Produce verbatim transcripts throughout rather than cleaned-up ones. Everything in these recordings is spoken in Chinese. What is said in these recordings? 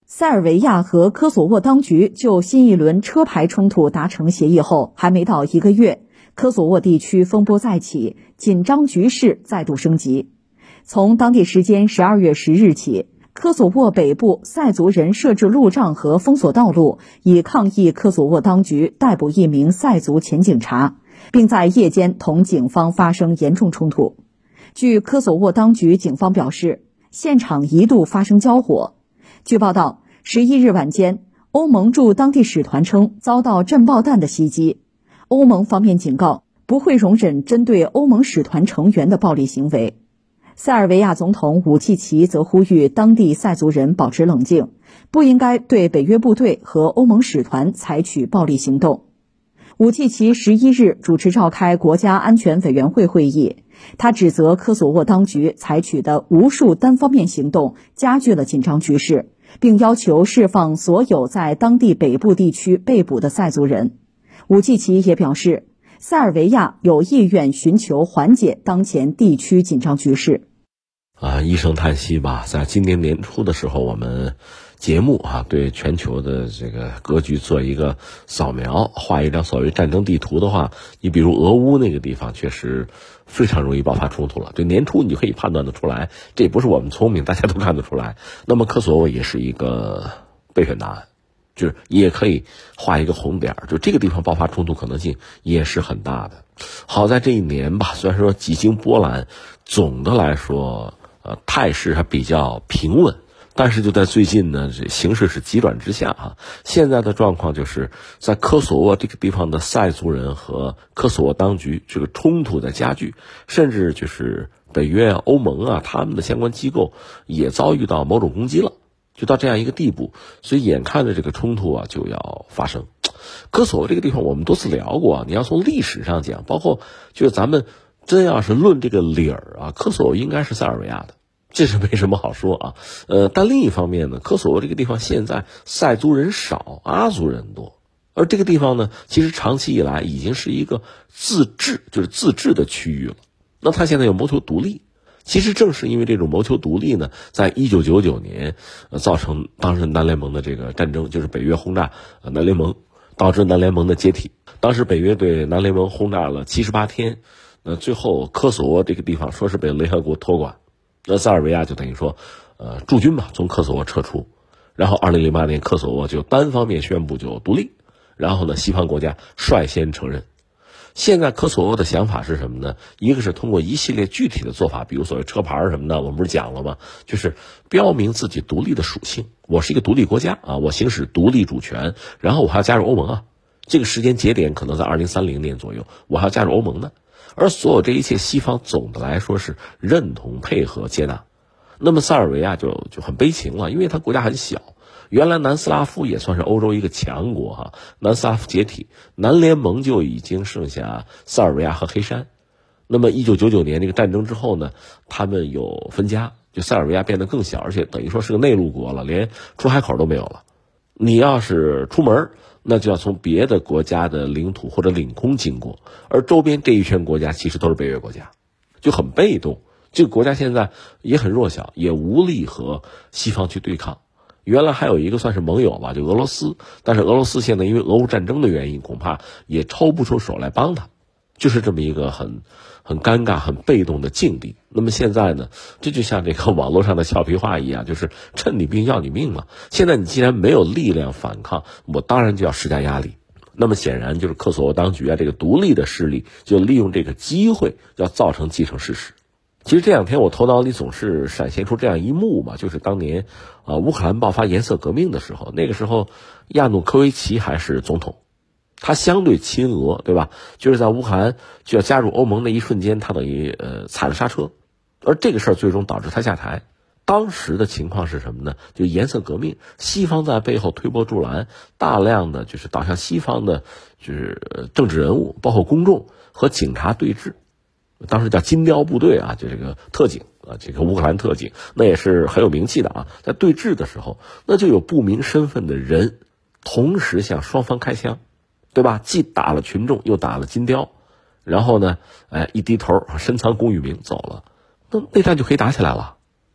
塞尔维亚和科索沃当局就新一轮车牌冲突达成协议后，还没到一个月，科索沃地区风波再起，紧张局势再度升级。从当地时间十二月十日起，科索沃北部塞族人设置路障和封锁道路，以抗议科索沃当局逮捕一名塞族前警察，并在夜间同警方发生严重冲突。据科索沃当局警方表示，现场一度发生交火。据报道，十一日晚间，欧盟驻当地使团称遭到震爆弹的袭击。欧盟方面警告，不会容忍针对欧盟使团成员的暴力行为。塞尔维亚总统武契奇则呼吁当地塞族人保持冷静，不应该对北约部队和欧盟使团采取暴力行动。武契奇十一日主持召开国家安全委员会会议，他指责科索沃当局采取的无数单方面行动加剧了紧张局势，并要求释放所有在当地北部地区被捕的塞族人。武契奇也表示，塞尔维亚有意愿寻求缓解当前地区紧张局势。 啊，一声叹息吧。在今年年初的时候，我们节目啊对全球的这个格局做一个扫描，画一张所谓战争地图的话，你比如俄乌那个地方确实非常容易爆发冲突了。对，年初你就可以判断得出来，这也不是我们聪明，大家都看得出来。那么科索沃也是一个备选答案，就是也可以画一个红点，就这个地方爆发冲突可能性也是很大的。好在这一年吧，虽然说几经波澜，总的来说呃，态势还比较平稳，但是就在最近呢，这形势是急转直下啊。现在的状况就是在科索沃这个地方的塞族人和科索沃当局这个冲突在加剧，甚至就是北约啊、欧盟啊，他们的相关机构也遭遇到某种攻击了，就到这样一个地步，所以眼看着这个冲突啊就要发生。科索沃这个地方我们多次聊过啊，你要从历史上讲，包括就是咱们真要是论这个理儿啊，科索沃应该是塞尔维亚的，这是没什么好说啊。呃，但另一方面呢，科索沃这个地方现在塞族人少，阿族人多，而这个地方呢，其实长期以来已经是一个自治，就是自治的区域了。那他现在又谋求独立，其实正是因为这种谋求独立呢，在一九九九年，呃，造成当时南联盟的这个战争，就是北约轰炸呃南联盟，导致南联盟的解体。当时北约对南联盟轰炸了七十八天。那最后科索沃这个地方说是被联合国托管，那塞尔维亚就等于说呃驻军嘛，从科索沃撤出，然后二零零八年科索沃就单方面宣布就独立，然后呢西方国家率先承认。现在科索沃的想法是什么呢？一个是通过一系列具体的做法，比如所谓车牌什么的，我们不是讲了吗？就是标明自己独立的属性，我是一个独立国家啊，我行使独立主权，然后我还要加入欧盟啊，这个时间节点可能在二零三零年左右，我还要加入欧盟呢。而所有这一切，西方总的来说是认同、配合、接纳。那么塞尔维亚就就很悲情了，因为它国家很小。原来南斯拉夫也算是欧洲一个强国哈，南斯拉夫解体，南联盟就已经剩下塞尔维亚和黑山。那么一九九九年这个战争之后呢，他们有分家，就塞尔维亚变得更小，而且等于说是个内陆国了，连出海口都没有了。你要是出门，那就要从别的国家的领土或者领空经过，而周边这一圈国家其实都是北约国家，就很被动。这个国家现在也很弱小，也无力和西方去对抗。原来还有一个算是盟友吧，就俄罗斯，但是俄罗斯现在因为俄乌战争的原因，恐怕也抽不出手来帮他，就是这么一个很很尴尬、很被动的境地。那么现在呢，这就像这个网络上的俏皮话一样，就是趁你病要你命嘛。现在你既然没有力量反抗，我当然就要施加压力。那么显然就是科索沃当局啊，这个独立的势力就利用这个机会要造成既成事实。其实这两天我头脑里总是闪现出这样一幕嘛，就是当年啊、呃、乌克兰爆发颜色革命的时候，那个时候亚努科维奇还是总统，他相对亲俄，对吧？就是在乌克兰就要加入欧盟那一瞬间，他等于呃踩了刹车，而这个事儿最终导致他下台。当时的情况是什么呢？就颜色革命，西方在背后推波助澜，大量的就是导向西方的，就是政治人物，包括公众和警察对峙。当时叫金雕部队啊，就这个特警啊，这个乌克兰特警，那也是很有名气的啊。在对峙的时候，那就有不明身份的人同时向双方开枪，对吧？既打了群众，又打了金雕，然后呢，哎，一低头，深藏功与名走了，那内战就可以打起来了。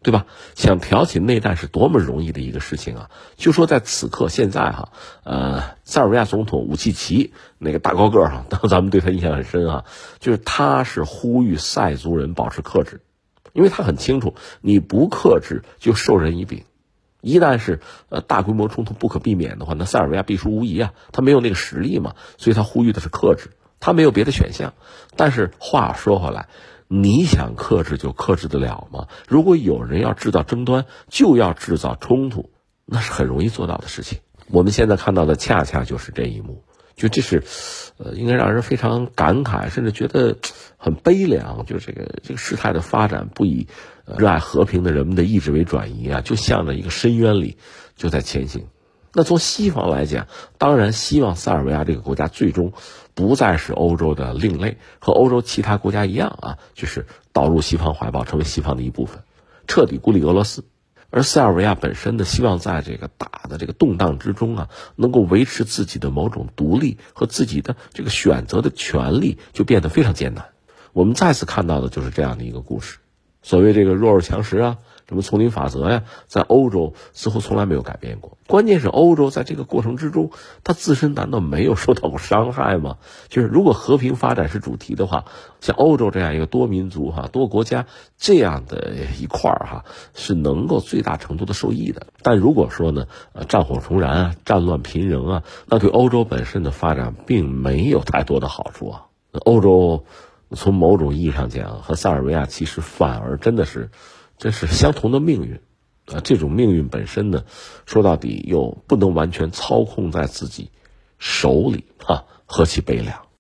对吧？想挑起内战是多么容易的一个事情啊！就说在此刻现在哈，呃，塞尔维亚总统武契奇那个大高个儿哈，咱们对他印象很深啊，就是他是呼吁塞族人保持克制，因为他很清楚，你不克制就授人以柄，一旦是呃大规模冲突不可避免的话，那塞尔维亚必输无疑啊，他没有那个实力嘛，所以他呼吁的是克制，他没有别的选项。但是话说回来，你想克制就克制得了吗？如果有人要制造争端，就要制造冲突，那是很容易做到的事情。我们现在看到的恰恰就是这一幕，就这是呃应该让人非常感慨，甚至觉得很悲凉，就这个这个事态的发展不以呃热爱和平的人们的意志为转移啊，就向着一个深渊里就在前行。那从西方来讲，当然希望塞尔维亚这个国家最终不再是欧洲的另类，和欧洲其他国家一样啊，就是导入西方怀抱，成为西方的一部分，彻底孤立俄罗斯。而塞尔维亚本身的希望在这个大的这个动荡之中啊，能够维持自己的某种独立和自己的这个选择的权利，就变得非常艰难。我们再次看到的就是这样的一个故事。所谓这个弱肉强食啊，什么丛林法则呀，在欧洲似乎从来没有改变过。关键是欧洲在这个过程之中，它自身难道没有受到过伤害吗？就是如果和平发展是主题的话，像欧洲这样一个多民族哈、多国家这样的一块儿哈，是能够最大程度的受益的。但如果说呢，呃，战火重燃啊，战乱频仍啊，那对欧洲本身的发展并没有太多的好处啊。欧洲从某种意义上讲，和塞尔维亚其实反而真的是，这是相同的命运，啊，这种命运本身呢，说到底又不能完全操控在自己手里，啊，何其悲凉。